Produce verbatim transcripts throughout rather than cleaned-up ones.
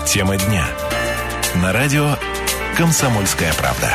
Тема дня. На радио «Комсомольская правда».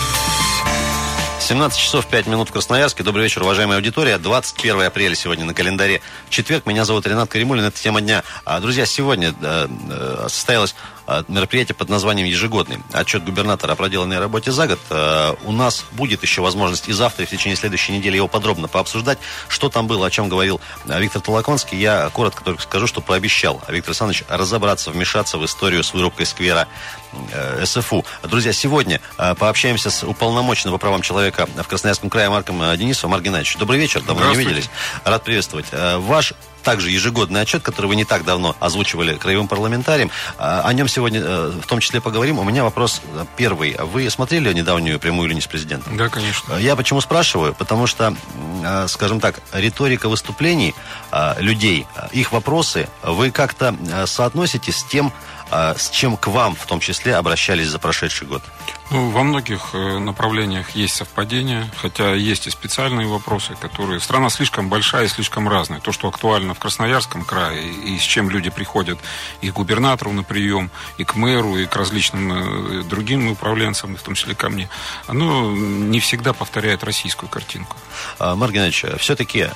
семнадцать часов пять минут в Красноярске. Добрый вечер, уважаемая аудитория. двадцать первое апреля сегодня на календаре. Четверг. Меня зовут Ренат Каримуллин. Это «Тема дня». Друзья, сегодня состоялось мероприятие под названием «Ежегодный отчет губернатора о проделанной работе за год». У нас будет еще возможность и завтра, и в течение следующей недели его подробно пообсуждать. Что там было, о чем говорил Виктор Толоконский. Я коротко только скажу, что пообещал Виктор Александрович разобраться, вмешаться в историю с вырубкой сквера эс эф у. Друзья, сегодня пообщаемся с уполномоченным по правам человека в Красноярском крае Марком Денисовым. Марк Геннадьевич, добрый вечер, давно не виделись. Рад приветствовать. Ваш также ежегодный отчет, который вы не так давно озвучивали краевым парламентариям. О нем сегодня в том числе поговорим. У меня вопрос первый. Вы смотрели недавнюю прямую линию с президентом? Да, конечно. Я почему спрашиваю? Потому что, скажем так, риторика выступлений людей, их вопросы, вы как-то соотносите с тем, с чем к вам в том числе обращались за прошедший год? Ну, во многих направлениях есть совпадения, хотя есть и специальные вопросы, которые... Страна слишком большая и слишком разная. То, что актуально в Красноярском крае, и с чем люди приходят и к губернатору на прием, и к мэру, и к различным другим управленцам, в том числе ко мне, оно не всегда повторяет российскую картинку. Марк Геннадьевич, все-таки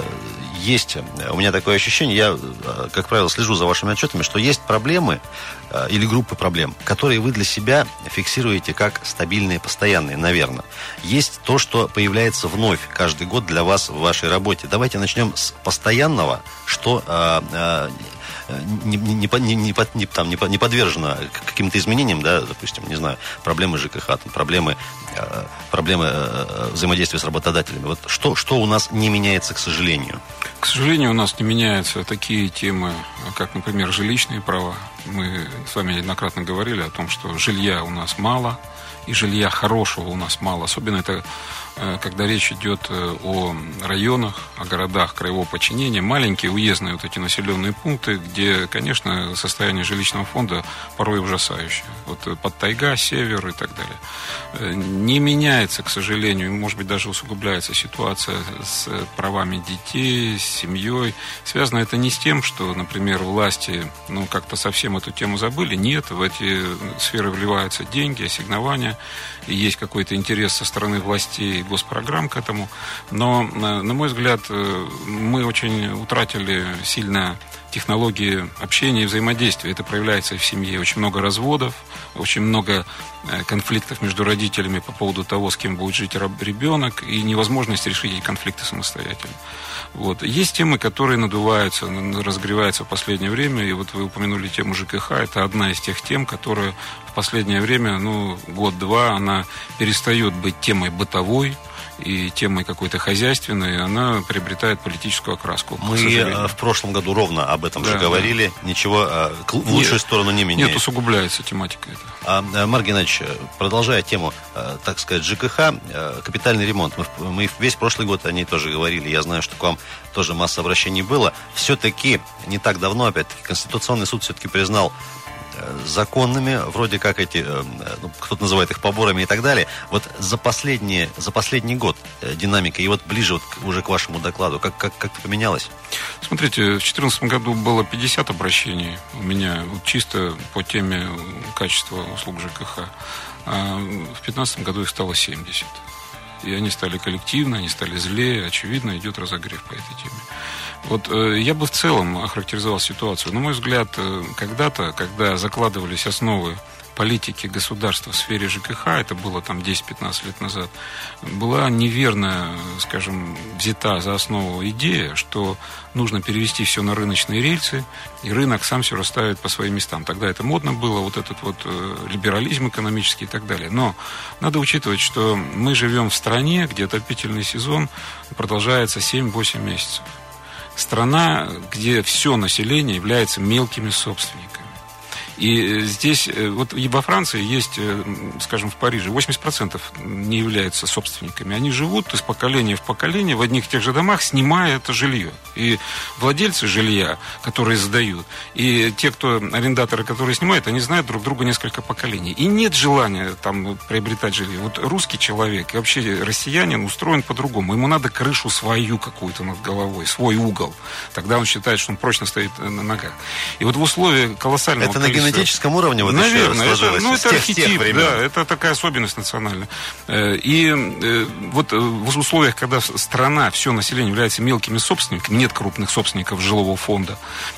есть у меня такое ощущение, я, как правило, слежу за вашими отчетами, что есть проблемы или группы проблем, которые вы для себя фиксируете как стабильные, постоянные, наверное. Есть то, что появляется вновь каждый год для вас в вашей работе. Давайте начнем с постоянного, что а, а, не, не, не, не, не, не, там, не, не подвержено каким-то изменениям, да, допустим, не знаю, проблемы жэ ка ха, там, проблемы, а, проблемы а, взаимодействия с работодателями. Вот что, что у нас не меняется, к сожалению? К сожалению, у нас не меняются такие темы, как, например, жилищные права. Мы с вами неоднократно говорили о том, что жилья у нас мало, и жилья хорошего у нас мало. Особенно это, когда речь идет о районах, о городах краевого подчинения. Маленькие уездные вот эти населенные пункты, где, конечно, состояние жилищного фонда порой ужасающее. Вот под тайга, север и так далее. Не меняется, к сожалению, может быть, даже усугубляется ситуация с правами детей, с семьей. Связано это не с тем, что, например, власти ну, как-то совсем эту тему забыли. Нет, в эти сферы вливаются деньги, ассигнования, и есть какой-то интерес со стороны властей, госпрограмм к этому. Но, на мой взгляд, мы очень утратили сильно технологии общения и взаимодействия. Это проявляется и в семье. Очень много разводов, очень много конфликтов между родителями по поводу того, с кем будет жить ребенок, и невозможность решить эти конфликты самостоятельно. Вот. Есть темы, которые надуваются, разогреваются в последнее время, и вот вы упомянули тему жэ ка ха, это одна из тех тем, которая в последнее время, ну, год-два, она перестает быть темой бытовой, и темой какой-то хозяйственной, она приобретает политическую окраску. Мы в прошлом году ровно об этом да, же говорили. Да. Ничего в лучшую нет, сторону не меняется. Нет, усугубляется тематика эта. А, Марк Геннадьевич, продолжая тему, так сказать, жэ ка ха, капитальный ремонт. Мы, мы весь прошлый год о ней тоже говорили. Я знаю, что к вам тоже масса обращений было. Все-таки не так давно, опять-таки, Конституционный суд все-таки признал законными, вроде как эти, ну, кто-то называет их поборами и так далее. Вот за, последние, за последний год динамика, и вот ближе вот уже к вашему докладу, как, как, как-то поменялось? Смотрите, в две тысячи четырнадцатом году было пятьдесят обращений у меня вот чисто по теме качества услуг жэ ка ха, а в две тысячи пятнадцатом году их стало семьдесят. И они стали коллективно, они стали злее, очевидно, идет разогрев по этой теме. Вот э, я бы в целом охарактеризовал ситуацию. На мой взгляд, э, когда-то, когда закладывались основы политики государства в сфере жэ ка ха, это было там десять-пятнадцать лет назад, была неверно, скажем, взята за основу идея, что нужно перевести все на рыночные рельсы, и рынок сам все расставит по своим местам. Тогда это модно было, вот этот вот либерализм экономический и так далее. Но надо учитывать, что мы живем в стране, где отопительный сезон продолжается семь-восемь месяцев. Страна, где все население является мелкими собственниками. И здесь, вот и во Франции есть, скажем, в Париже, восемьдесят процентов не являются собственниками. Они живут из поколения в поколение в одних и тех же домах, снимая это жилье. И владельцы жилья, которые сдают, и те, кто арендаторы, которые снимают, они знают друг друга несколько поколений. И нет желания там приобретать жилье. Вот русский человек и вообще россиянин устроен по-другому. Ему надо крышу свою какую-то над головой, свой угол. Тогда он считает, что он прочно стоит на ногах. И вот в условиях колоссального это количества... генетическом уровне вот наверное, еще сложилось. Это, ну, это тех, архетип, тех времен. Да, это такая особенность национальная. И вот в условиях, когда страна, все население является мелкими собственниками, нет крупных собственников жилого фонда,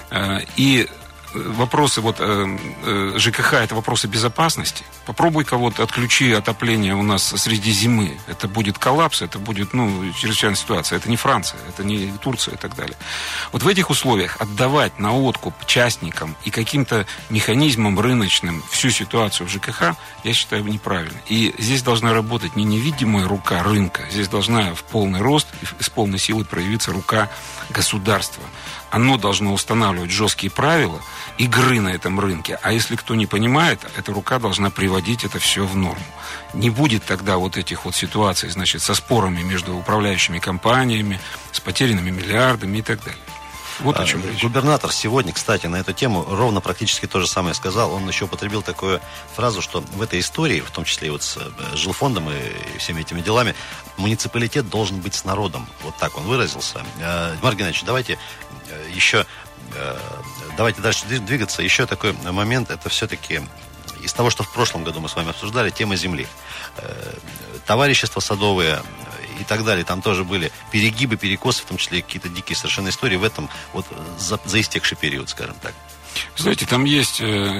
и вопросы вот ЖКХ — это вопросы безопасности. Попробуй-ка вот отключи отопление у нас среди зимы. Это будет коллапс, это будет, ну, чрезвычайная ситуация. Это не Франция, это не Турция и так далее. Вот в этих условиях отдавать на откуп частникам и каким-то механизмам рыночным всю ситуацию в ЖКХ, я считаю, неправильно. И здесь должна работать не невидимая рука рынка, здесь должна в полный рост и с полной силой проявиться рука государства. Оно должно устанавливать жесткие правила игры на этом рынке. А если кто не понимает, эта рука должна приводить это все в норму. Не будет тогда вот этих вот ситуаций, значит, со спорами между управляющими компаниями, с потерянными миллиардами и так далее. Вот о чем речь. Губернатор сегодня, кстати, на эту тему ровно практически то же самое сказал. Он еще употребил такую фразу, что в этой истории, в том числе и вот с жилфондом и всеми этими делами, муниципалитет должен быть с народом. Вот так он выразился. Марк Геннадьевич, давайте еще давайте дальше двигаться. Еще такой момент, это все-таки из того, что в прошлом году мы с вами обсуждали, тема земли. Товарищества садовые и так далее. Там тоже были перегибы, перекосы, в том числе какие-то дикие совершенно истории в этом вот за, за истекший период, скажем так. Знаете, там есть,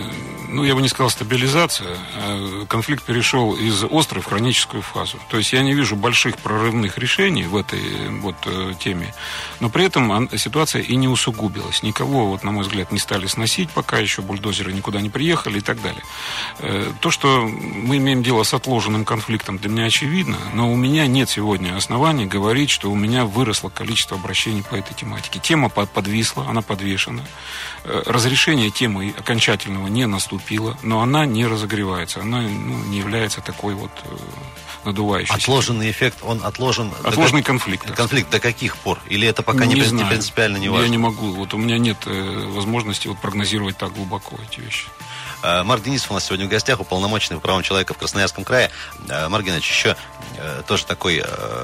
ну, я бы не сказал стабилизация, конфликт перешел из острой в хроническую фазу. То есть я не вижу больших прорывных решений в этой вот теме, но при этом ситуация и не усугубилась. Никого, вот, на мой взгляд, не стали сносить, пока еще бульдозеры никуда не приехали и так далее. То, что мы имеем дело с отложенным конфликтом, для меня очевидно, но у меня нет сегодня оснований говорить, что у меня выросло количество обращений по этой тематике. Тема подвисла, она подвешена. Разрешение темы окончательного не наступило, но она не разогревается, она, ну, не является такой вот э, надувающейся. Отложенный эффект, он отложен... Отложенный до... конфликт. Конфликт до каких пор? Или это пока не, не, не принципиально не важно? Я не могу, вот у меня нет э, возможности вот прогнозировать так глубоко эти вещи. Марк Денисов у нас сегодня в гостях, уполномоченный по правам человека в Красноярском крае. Марк Геннадьевич, еще тоже такой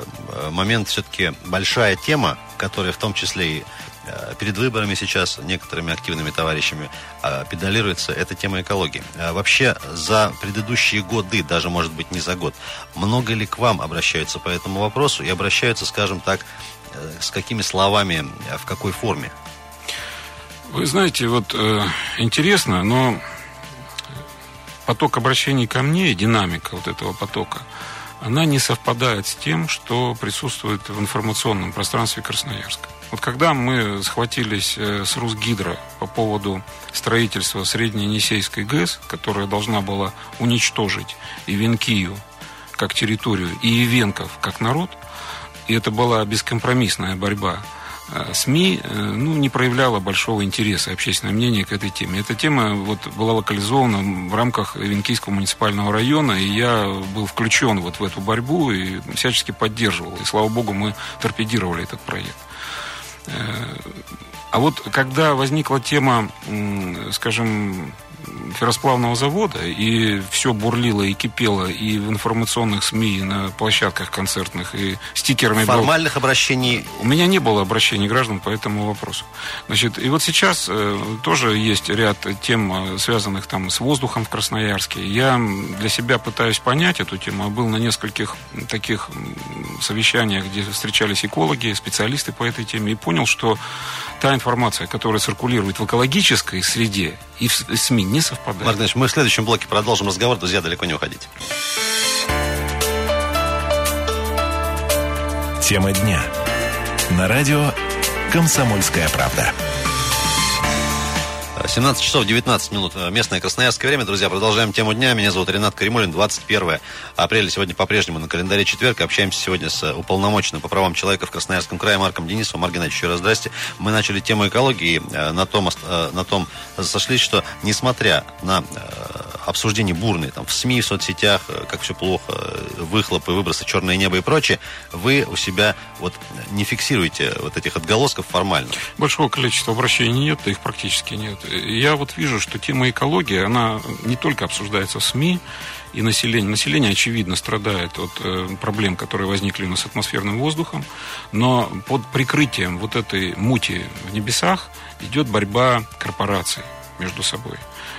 момент, все-таки большая тема, которая в том числе и перед выборами сейчас некоторыми активными товарищами педалируется, это тема экологии. Вообще за предыдущие годы, даже может быть не за год, много ли к вам обращаются по этому вопросу и обращаются, скажем так, с какими словами, в какой форме? Вы знаете, вот э, интересно, но поток обращений ко мне, динамика вот этого потока, она не совпадает с тем, что присутствует в информационном пространстве Красноярска. Вот когда мы схватились с Русгидро по поводу строительства Среднеенисейской ГЭС, которая должна была уничтожить и Венкию как территорию, и ивенков как народ, и это была бескомпромиссная борьба, СМИ, ну, не проявляла большого интереса, общественное мнение к этой теме. Эта тема вот была локализована в рамках Венкийского муниципального района, и я был включен вот в эту борьбу и всячески поддерживал. И, слава богу, мы торпедировали этот проект. А вот когда возникла тема, скажем, ферросплавного завода, и все бурлило и кипело и в информационных СМИ, и на площадках концертных, и стикерами... Формальных был... обращений... У меня не было обращений граждан по этому вопросу. Значит, и вот сейчас э, тоже есть ряд тем, связанных там с воздухом в Красноярске. Я для себя пытаюсь понять эту тему. Я был на нескольких таких совещаниях, где встречались экологи, специалисты по этой теме, и понял, что та информация, которая циркулирует в экологической среде и в СМИ, не совпадает. Марк Ильич, мы в следующем блоке продолжим разговор. Друзья, далеко не уходите. Тема дня. На радио «Комсомольская правда». семнадцать часов девятнадцать минут. Местное красноярское время. Друзья, продолжаем тему дня. Меня зовут Ренат Каримулин. двадцать первое апреля. Сегодня по-прежнему на календаре четверг. Общаемся сегодня с уполномоченным по правам человека в Красноярском крае Марком Денисовым. Марк Геннадьевич, еще раз здрасте. Мы начали тему экологии. И на том, на том сошлись, что несмотря на обсуждения бурные там, в СМИ, в соцсетях, как все плохо, выхлопы, выбросы, черное небо и прочее, вы у себя вот не фиксируете вот этих отголосков формально? Большого количества обращений нет, да их практически нет. Я вот вижу, что тема экологии, она не только обсуждается в СМИ и население. Население, очевидно, страдает от э, проблем, которые возникли у нас с атмосферным воздухом, но под прикрытием вот этой мути в небесах идет борьба корпораций. между собой.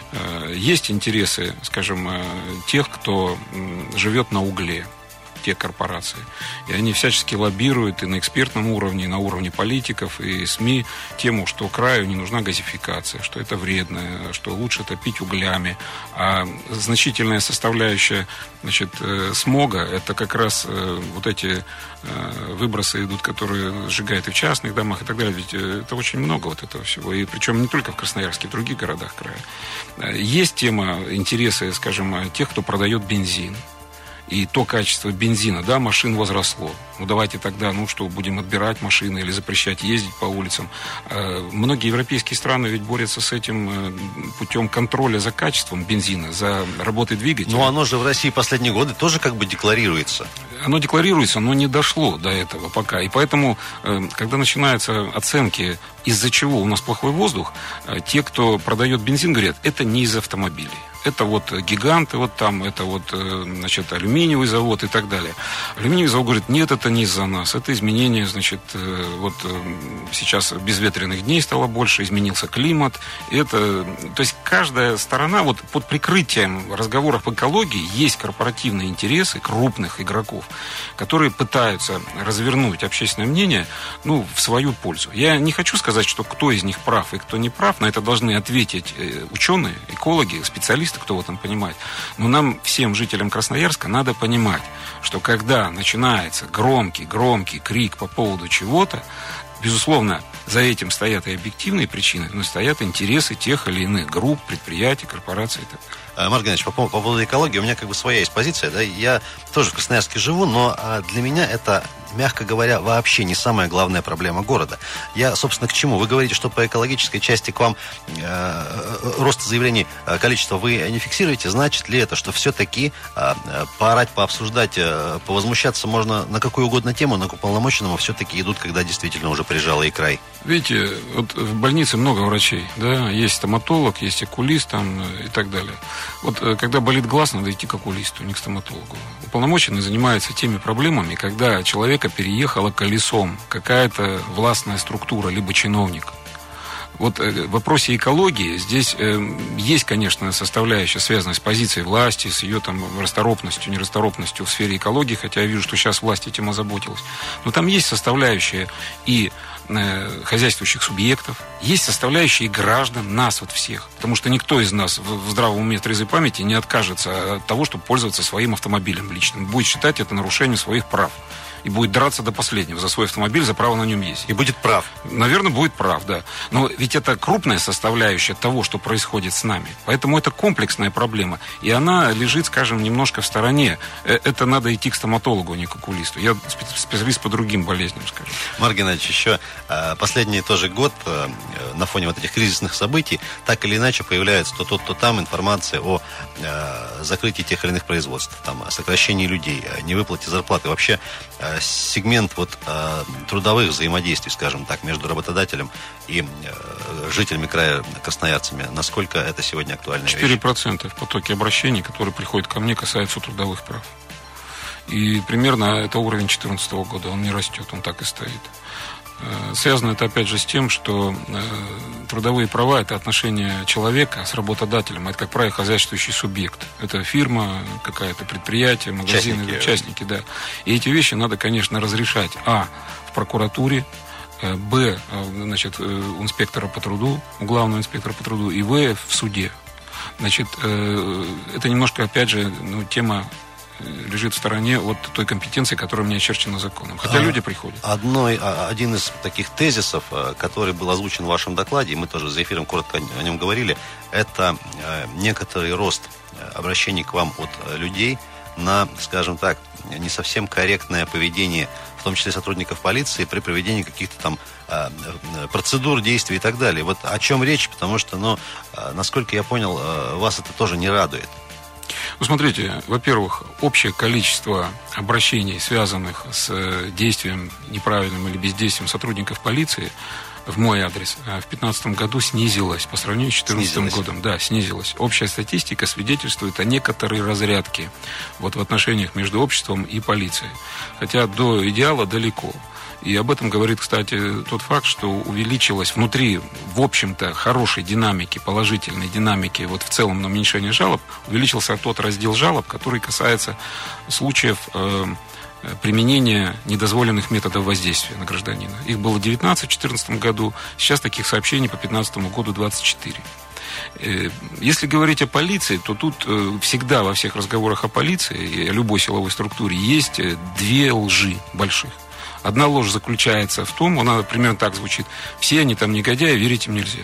Есть интересы, скажем, тех, кто живет на угле, те корпорации. И они всячески лоббируют и на экспертном уровне, и на уровне политиков, и СМИ тему, что краю не нужна газификация, что это вредно, что лучше топить углями. А значительная составляющая, значит, смога, это как раз вот эти выбросы идут, которые сжигают и в частных домах и так далее. Ведь это очень много вот этого всего. И причем не только в Красноярске, в других городах края. Есть тема, интересы, скажем, тех, кто продает бензин. И то качество бензина, да, машин возросло. Ну, давайте тогда, ну что, будем отбирать машины или запрещать ездить по улицам. Многие европейские страны ведь борются с этим путем контроля за качеством бензина, за работой двигателя. Но оно же в России последние годы тоже как бы декларируется. Оно декларируется, но не дошло до этого пока. И поэтому, когда начинаются оценки, из-за чего у нас плохой воздух, те, кто продает бензин, говорят, это не из автомобилей. Это вот гиганты, вот там, это вот, значит, алюминиевый завод и так далее. Алюминиевый завод говорит, нет, это не из-за нас. Это изменение, значит, вот сейчас безветренных дней стало больше, изменился климат. Это, то есть каждая сторона, вот под прикрытием разговоров об экологии есть корпоративные интересы крупных игроков, которые пытаются развернуть общественное мнение, ну, в свою пользу. Я не хочу сказать, что кто из них прав и кто не прав, на это должны ответить ученые, экологи, специалисты, кто в этом понимает. Но нам, всем жителям Красноярска, надо понимать, что когда начинается громкий-громкий крик по поводу чего-то, безусловно, за этим стоят и объективные причины, но стоят интересы тех или иных групп, предприятий, корпораций и так далее. Марк Геннадьевич, по, по поводу экологии, у меня как бы своя есть позиция, да, я тоже в Красноярске живу, но для меня это, мягко говоря, вообще не самая главная проблема города. Я, собственно, к чему? Вы говорите, что по экологической части к вам э, роста заявлений, э, количества вы не фиксируете, значит ли это, что все-таки э, поорать, пообсуждать, э, повозмущаться можно на какую угодно тему, но к уполномоченному все-таки идут, когда действительно уже прижало и край? Видите, вот в больнице много врачей, да, есть стоматолог, есть окулист там и так далее. Вот когда болит глаз, надо идти к окулисту, не к стоматологу. Уполномоченный занимается теми проблемами, когда человека переехало колесом какая-то властная структура, либо чиновник. Вот в вопросе экологии здесь э, есть, конечно, составляющая, связанная с позицией власти, с ее там расторопностью, нерасторопностью в сфере экологии, хотя я вижу, что сейчас власть этим озаботилась. Но там есть составляющая и э, хозяйствующих субъектов, есть составляющие граждан, нас вот всех. Потому что никто из нас в, в здравом уме, трезвой памяти не откажется от того, чтобы пользоваться своим автомобилем личным. Будет считать это нарушением своих прав. И будет драться до последнего за свой автомобиль, за право на нем ездить. И будет прав. Наверное, будет прав, да. Но ведь это крупная составляющая того, что происходит с нами. Поэтому это комплексная проблема. И она лежит, скажем, немножко в стороне. Это надо идти к стоматологу, а не к окулисту. Я специалист по другим болезням, скажем. Марк Геннадьевич, еще последний тоже год на фоне вот этих кризисных событий так или иначе появляется то тут, то там информация о закрытии тех или иных производств, там, о сокращении людей, о невыплате зарплаты. Вообще сегмент вот э, трудовых взаимодействий, скажем так, между работодателем и э, жителями края, красноярцами, насколько это сегодня актуальная вещь? четыре процента в потоке обращений, которые приходят ко мне, касаются трудовых прав. И примерно это уровень две тысячи четырнадцатого года, он не растет, он так и стоит. Связано это опять же с тем, что э, трудовые права – это отношение человека с работодателем. Это, как правило, хозяйствующий субъект. Это фирма, какая-то предприятие, магазины, участники, участники да. И эти вещи надо, конечно, разрешать. А. В прокуратуре. Э, Б. Значит, у инспектора по труду, у главного инспектора по труду. И В. В суде. Значит, э, это немножко, опять же, ну, тема лежит в стороне от той компетенции, которая мне очерчена законом. Хотя а, люди приходят. Одной, один из таких тезисов, который был озвучен в вашем докладе, и мы тоже за эфиром коротко о нем говорили, это некоторый рост обращений к вам от людей на, скажем так, не совсем корректное поведение, в том числе сотрудников полиции, при проведении каких-то там процедур, действий и так далее. Вот о чем речь, потому что, ну, насколько я понял, вас это тоже не радует. Ну, смотрите, во-первых, общее количество обращений, связанных с действием неправильным или бездействием сотрудников полиции в мой адрес в две тысячи пятнадцатом году снизилось по сравнению с две тысячи четырнадцатым годом. Да, снизилось. Общая статистика свидетельствует о некоторой разрядке вот в отношениях между обществом и полицией. Хотя до идеала далеко. И об этом говорит, кстати, тот факт, что увеличилось внутри, в общем-то, хорошей динамики, положительной динамики, вот в целом на уменьшение жалоб, увеличился тот раздел жалоб, который касается случаев э, применения недозволенных методов воздействия на гражданина. Их было девятнадцать в две тысячи четырнадцатом году, сейчас таких сообщений по две тысячи пятнадцатому году двадцать четыре. Если говорить о полиции, то тут всегда во всех разговорах о полиции и о любой силовой структуре есть две лжи больших. Одна ложь заключается в том, она примерно так звучит: все они там негодяи, верить им нельзя.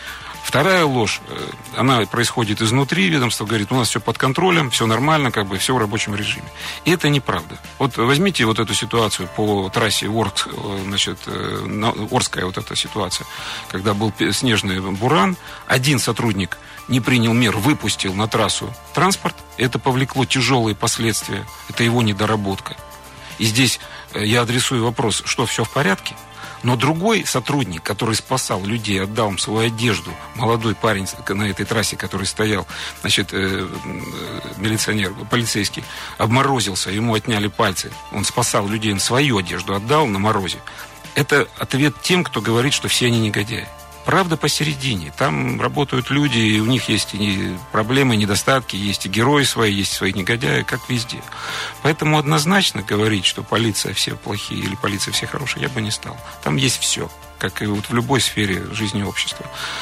Вторая ложь, она происходит изнутри, ведомство говорит, у нас все под контролем, все нормально, как бы все в рабочем режиме. И это неправда. Вот возьмите вот эту ситуацию по трассе Орск, значит, Орская вот эта ситуация, когда был снежный буран, один сотрудник не принял мер, выпустил на трассу транспорт, это повлекло тяжелые последствия, это его недоработка. И здесь я адресую вопрос, что все в порядке? Но другой сотрудник, который спасал людей, отдал им свою одежду, молодой парень на этой трассе, который стоял, значит, э, милиционер, полицейский, обморозился, ему отняли пальцы. Он спасал людей, он свою одежду отдал на морозе. Это ответ тем, кто говорит, что все они негодяи. Правда посередине. Там работают люди, и у них есть и проблемы, и недостатки, есть и герои свои, есть свои негодяи, как везде. Поэтому однозначно говорить, что полиция все плохие или полиция все хорошие, я бы не стал. Там есть все, как и вот в любой сфере жизни общества.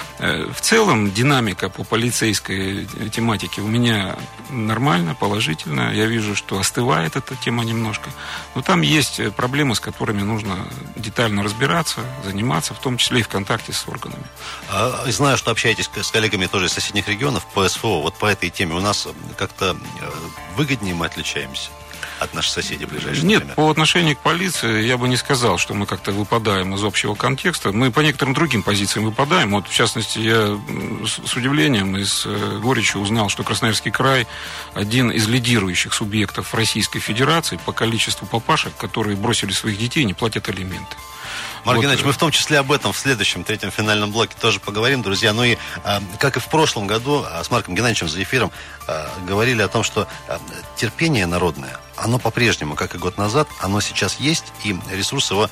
В целом динамика по полицейской тематике у меня нормально, положительно. Я вижу, что остывает эта тема немножко. Но там есть проблемы, с которыми нужно детально разбираться, заниматься, в том числе и в контакте с органами. А, знаю, что общаетесь с коллегами тоже из соседних регионов по СВО. Вот по этой теме у нас как-то выгоднее мы отличаемся от наших соседей ближайших? Нет, например? По отношению к полиции я бы не сказал, что мы как-то выпадаем из общего контекста. Мы по некоторым другим позициям выпадаем. Вот, в частности, я с удивлением и с горечью узнал, что Красноярский край один из лидирующих субъектов Российской Федерации по количеству папашек, которые бросили своих детей и не платят алименты. Марк вот. Геннадьевич, мы в том числе об этом в следующем, третьем финальном блоке тоже поговорим, друзья. Ну и, э, как и в прошлом году, э, с Марком Геннадьевичем за эфиром э, говорили о том, что э, терпение народное, оно по-прежнему, как и год назад, оно сейчас есть, и ресурс его,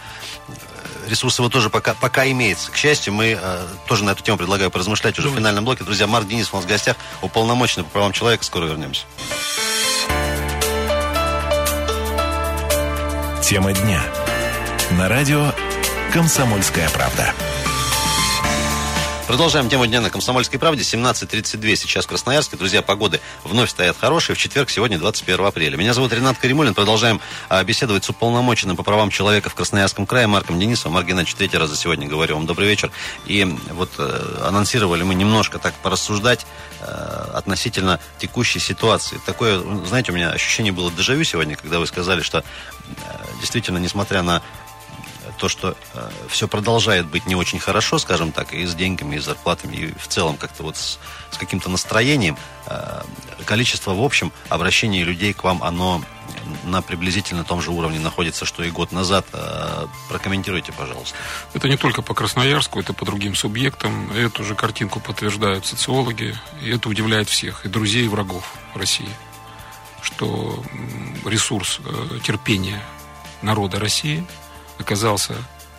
э, ресурс его тоже пока, пока имеется. К счастью, мы э, тоже на эту тему предлагаю поразмышлять уже в финальном блоке. Друзья, Марк Денисов у нас в гостях, уполномоченный по правам человека. Скоро вернемся. Тема дня. На радио «Комсомольская правда». Продолжаем тему дня на «Комсомольской правде». семнадцать тридцать два сейчас в Красноярске. Друзья, погоды вновь стоят хорошие. В четверг, сегодня, двадцать первого апреля. Меня зовут Ренат Каримуллин. Продолжаем а, беседовать с уполномоченным по правам человека в Красноярском крае Марком Денисовым. Марк Геннадьевич, третий раз за сегодня говорю вам добрый вечер. И вот э, анонсировали мы немножко так порассуждать э, относительно текущей ситуации. Такое, знаете, у меня ощущение было дежавю сегодня, когда вы сказали, что э, действительно, несмотря на то, что э, все продолжает быть не очень хорошо, скажем так, и с деньгами, и с зарплатами, и в целом как-то вот с, с каким-то настроением, э, количество, в общем, обращений людей к вам, оно на приблизительно том же уровне находится, что и год назад. Э, прокомментируйте, пожалуйста. Это не только по Красноярску, это по другим субъектам. Эту же картинку подтверждают социологи, и это удивляет всех, и друзей, и врагов России, что ресурс э, терпения народа России оказался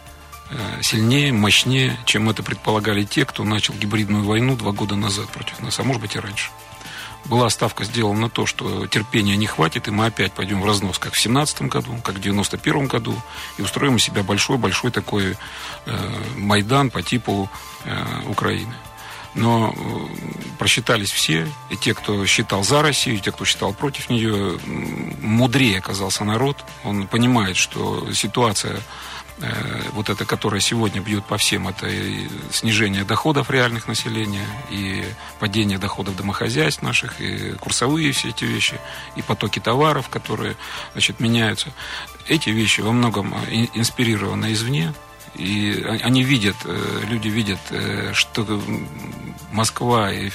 сильнее, мощнее, чем это предполагали те, кто начал гибридную войну два года назад против нас, а может быть и раньше. Была ставка сделана на то, что терпения не хватит, и мы опять пойдем в разнос, как в семнадцатом году, как в девяносто первом году, и устроим у себя большой-большой такой э, Майдан по типу э, Украины. Но просчитались все, и те, кто считал за Россию, и те, кто считал против нее. Мудрее оказался народ. Он понимает, что ситуация, э, вот эта, которая сегодня бьет по всем, это и снижение доходов реальных населения, и падение доходов домохозяйств наших, и курсовые все эти вещи, и потоки товаров, которые, значит, меняются. Эти вещи во многом инспирированы извне. И они видят, люди видят, что Москва и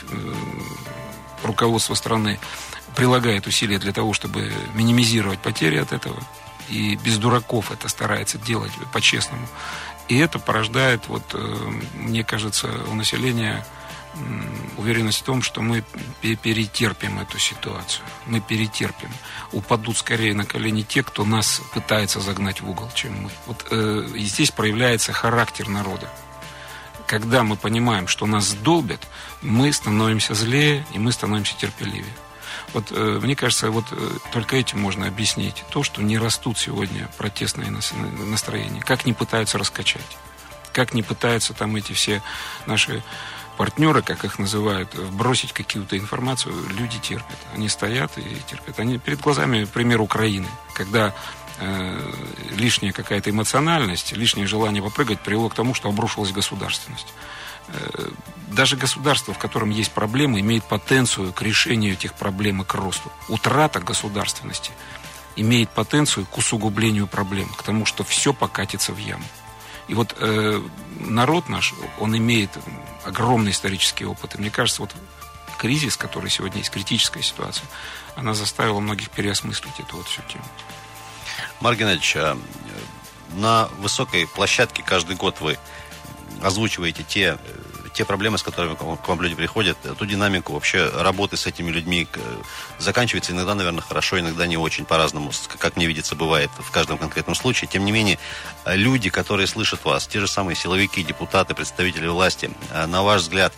руководство страны прилагает усилия для того, чтобы минимизировать потери от этого. И без дураков это старается делать по-честному. И это порождает, вот, мне кажется, у населения уверенность в том, что мы перетерпим эту ситуацию. Мы перетерпим. Упадут скорее на колени те, кто нас пытается загнать в угол, чем мы. Вот э, и здесь проявляется характер народа. Когда мы понимаем, что нас долбят, мы становимся злее, и мы становимся терпеливее. Вот э, мне кажется, вот э, только этим можно объяснить то, что не растут сегодня протестные настроения. Как не пытаются раскачать. Как не пытаются там эти все наши партнеры, как их называют, бросить какую-то информацию, люди терпят. Они стоят и терпят. Они перед глазами пример Украины, когда э, лишняя какая-то эмоциональность, лишнее желание попрыгать привело к тому, что обрушилась государственность. Э, даже государство, в котором есть проблемы, имеет потенцию к решению этих проблем и к росту. Утрата государственности имеет потенцию к усугублению проблем, к тому, что все покатится в яму. И вот э, народ наш, он имеет огромный исторический опыт. И мне кажется, вот кризис, который сегодня есть, критическая ситуация, она заставила многих переосмыслить эту вот всю тему. Марк Геннадьевич, на высокой площадке каждый год вы озвучиваете те, те проблемы, с которыми к вам люди приходят, ту динамику вообще работы с этими людьми. Заканчивается иногда, наверное, хорошо, иногда не очень, по-разному, как мне видится, бывает в каждом конкретном случае. Тем не менее, люди, которые слышат вас, те же самые силовики, депутаты, представители власти, на ваш взгляд,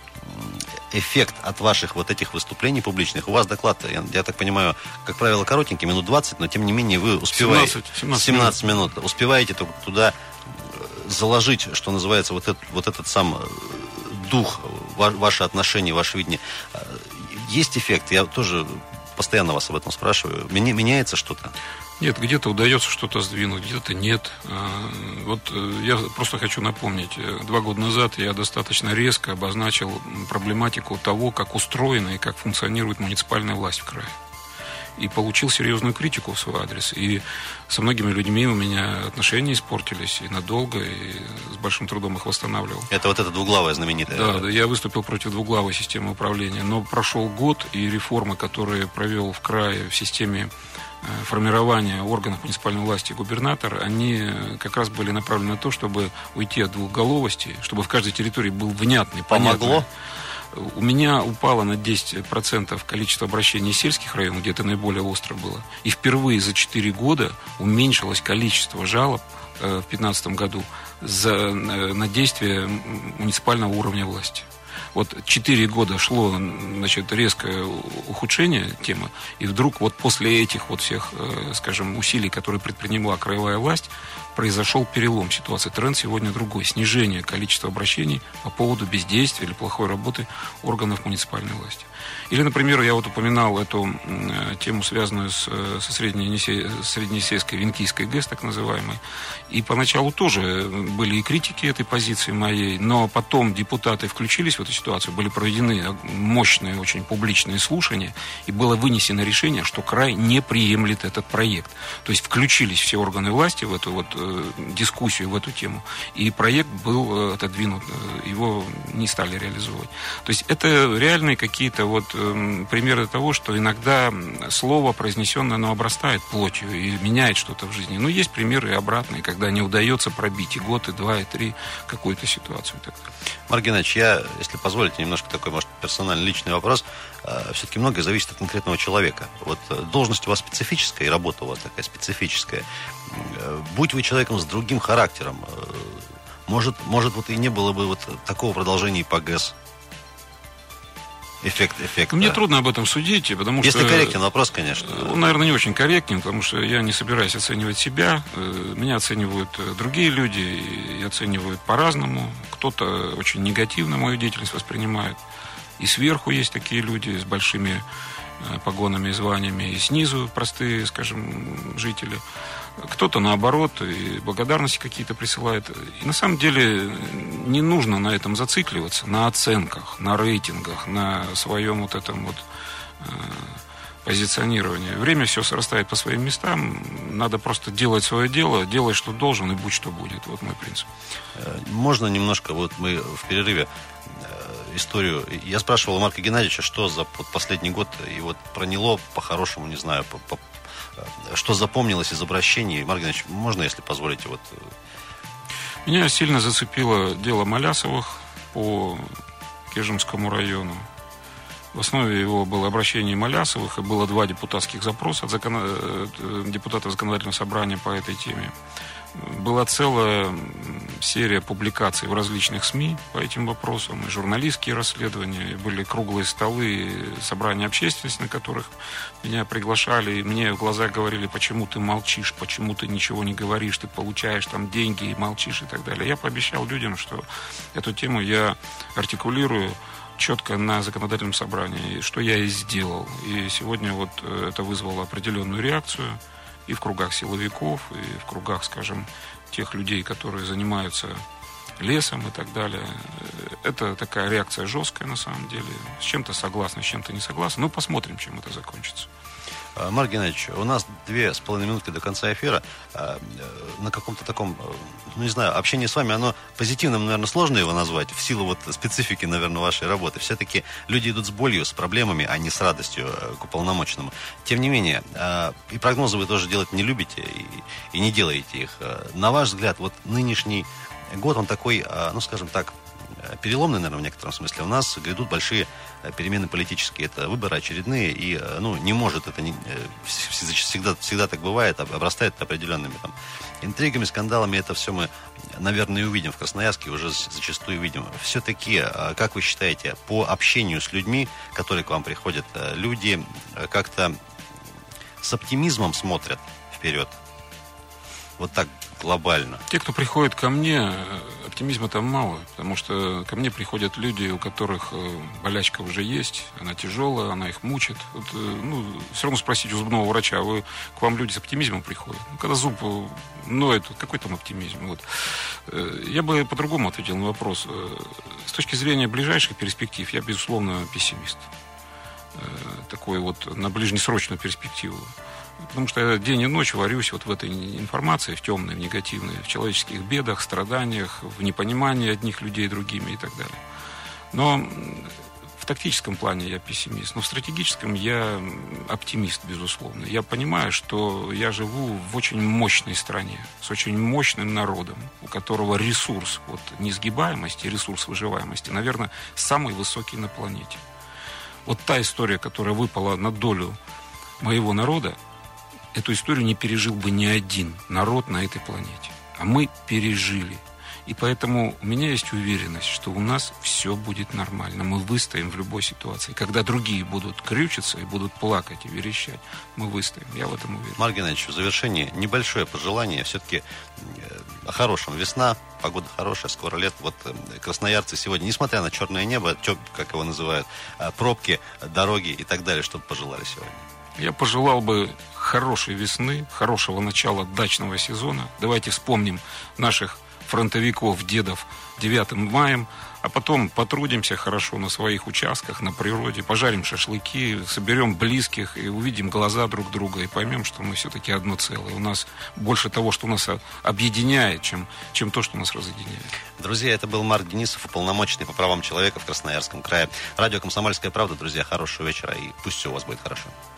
эффект от ваших вот этих выступлений публичных, у вас доклад, я, я так понимаю, как правило, коротенький, минут двадцать, но тем не менее вы успеваете... семнадцать, семнадцать, семнадцать минут. Успеваете туда заложить, что называется, вот этот, вот этот сам дух, ваши отношения, ваше видение. Есть эффект? Я тоже постоянно вас об этом спрашиваю. Меняется что-то? Нет, где-то удается что-то сдвинуть, где-то нет. Вот я просто хочу напомнить, два года назад я достаточно резко обозначил проблематику того, как устроена и как функционирует муниципальная власть в крае. И получил серьезную критику в свой адрес. И со многими людьми у меня отношения испортились и надолго, и с большим трудом их восстанавливал. Это вот эта двуглавая знаменитая. Да, да, я выступил против двуглавой системы управления. Но прошел год, и реформы, которые провел в крае в системе формирования органов муниципальной власти губернатор, они как раз были направлены на то, чтобы уйти от двухголовости, чтобы в каждой территории был внятный, понятный. Помогло? У меня упало на десять процентов количество обращений из сельских районов, где это наиболее остро было. И впервые за четыре года уменьшилось количество жалоб э, в две тысячи пятнадцатом году за, э, на действие муниципального уровня власти. Вот четыре года шло, значит, резкое ухудшение темы, и вдруг вот после этих вот всех, э, скажем, усилий, которые предпринимала краевая власть, произошел перелом ситуации. Тренд сегодня другой. Снижение количества обращений по поводу бездействия или плохой работы органов муниципальной власти. Или, например, я вот упоминал эту э, тему, связанную с, со Среднеесейской Венкийской ГЭС, так называемой. И поначалу тоже были и критики этой позиции моей, но потом депутаты включились в эту ситуацию, были проведены мощные, очень публичные слушания, и было вынесено решение, что край не приемлет этот проект. То есть включились все органы власти в эту вот э, дискуссию, в эту тему, и проект был э, отодвинут, э, его не стали реализовывать. То есть это реальные какие-то вот э, примеры того, что иногда слово произнесенное, оно обрастает плотью и меняет что-то в жизни. Но есть примеры и обратные, когда не удается пробить и год, и два, и три какую-то ситуацию. Марк Геннадьевич, я, если позволите, немножко такой, может, персональный, личный вопрос. Все-таки многое зависит от конкретного человека. Вот должность у вас специфическая, и работа у вас такая специфическая. Будь вы человеком с другим характером, может, может вот и не было бы вот такого продолжения и по ГЭС. Эффект, эффект. Мне да. трудно об этом судить, потому Если что... Если корректен вопрос, конечно. Он, наверное, не очень корректен, потому что я не собираюсь оценивать себя. Меня оценивают другие люди, и оценивают по-разному. Кто-то очень негативно мою деятельность воспринимает. И сверху есть такие люди с большими погонами и званиями, и снизу простые, скажем, жители. Кто-то, наоборот, и благодарности какие-то присылает. И на самом деле не нужно на этом зацикливаться, на оценках, на рейтингах, на своем вот этом вот э, позиционировании. Время все срастает по своим местам. Надо просто делать свое дело, делай, что должен, и будь, что будет. Вот мой принцип. Можно немножко, вот мы в перерыве историю. Я спрашивал у Марка Геннадьевича, что за последний год, и вот проняло по-хорошему, не знаю, по, по что запомнилось из обращений. Марк Геннадьевич, можно, если позволите? Вот... Меня сильно зацепило дело Малясовых по Пежемскому району. В основе его было обращение Малясовых, и было два депутатских запроса от закон... депутата законодательного собрания по этой теме. Была целая серия публикаций в различных СМИ по этим вопросам, и журналистские расследования, и были круглые столы, собрания общественности, на которых меня приглашали, и мне в глаза говорили: почему ты молчишь, почему ты ничего не говоришь, ты получаешь там деньги и молчишь и так далее. Я пообещал людям, что эту тему я артикулирую четко на законодательном собрании, что я и сделал. И сегодня вот это вызвало определенную реакцию и в кругах силовиков, и в кругах, скажем, тех людей, которые занимаются лесом и так далее. Это такая реакция жесткая на самом деле. С чем-то согласны, с чем-то не согласны. Ну, посмотрим, чем это закончится. Марк Геннадьевич, у нас две с половиной минутки до конца эфира. На каком-то таком, ну не знаю, общении с вами, оно позитивным, наверное, сложно его назвать, в силу вот специфики, наверное, вашей работы. Все-таки люди идут с болью, с проблемами, а не с радостью к уполномоченному. Тем не менее, и прогнозы вы тоже делать не любите, и, и не делаете их. На ваш взгляд, вот нынешний год, он такой, ну скажем так, переломный, наверное, в некотором смысле. У нас грядут большие перемены политические. Это выборы очередные, и, ну, не может это не, всегда, всегда так бывает, обрастает определенными там интригами, скандалами. Это все мы, наверное, увидим в Красноярске, уже зачастую видим. Все-таки, как вы считаете, по общению с людьми, которые к вам приходят, люди как-то с оптимизмом смотрят вперед? Вот так глобально. Те, кто приходит ко мне, оптимизма там мало, потому что ко мне приходят люди, у которых болячка уже есть, она тяжелая, она их мучит. Вот, ну, все равно спросите у зубного врача: вы, к вам люди с оптимизмом приходят? Ну, когда зуб ноет, какой там оптимизм? Вот. Я бы по-другому ответил на вопрос. С точки зрения ближайших перспектив, я, безусловно, пессимист. Такой вот на ближнесрочную перспективу. Потому что я день и ночь варюсь вот в этой информации, в темной, в негативной, в человеческих бедах, страданиях, в непонимании одних людей другими и так далее. Но в тактическом плане я пессимист, но в стратегическом я оптимист, безусловно. Я понимаю, что я живу в очень мощной стране, с очень мощным народом, у которого ресурс вот, несгибаемости, ресурс выживаемости, наверное, самый высокий на планете. Вот та история, которая выпала на долю моего народа, эту историю не пережил бы ни один народ на этой планете. А мы пережили. И поэтому у меня есть уверенность, что у нас все будет нормально. Мы выстоим в любой ситуации. Когда другие будут крючиться и будут плакать и верещать, мы выстоим. Я в этом уверен. Марк Геннадьевич, в завершение небольшое пожелание. Все-таки о хорошем. Весна, погода хорошая, скоро лет. Вот красноярцы сегодня, несмотря на черное небо, как его называют, пробки, дороги и так далее, что бы пожелали сегодня? Я пожелал бы хорошей весны, хорошего начала дачного сезона. Давайте вспомним наших фронтовиков, дедов девятым маем, а потом потрудимся хорошо на своих участках, на природе, пожарим шашлыки, соберем близких и увидим глаза друг друга и поймем, что мы все-таки одно целое. У нас больше того, что нас объединяет, чем, чем то, что нас разъединяет. Друзья, это был Марк Денисов, уполномоченный по правам человека в Красноярском крае. Радио «Комсомольская правда». Друзья, хорошего вечера и пусть все у вас будет хорошо.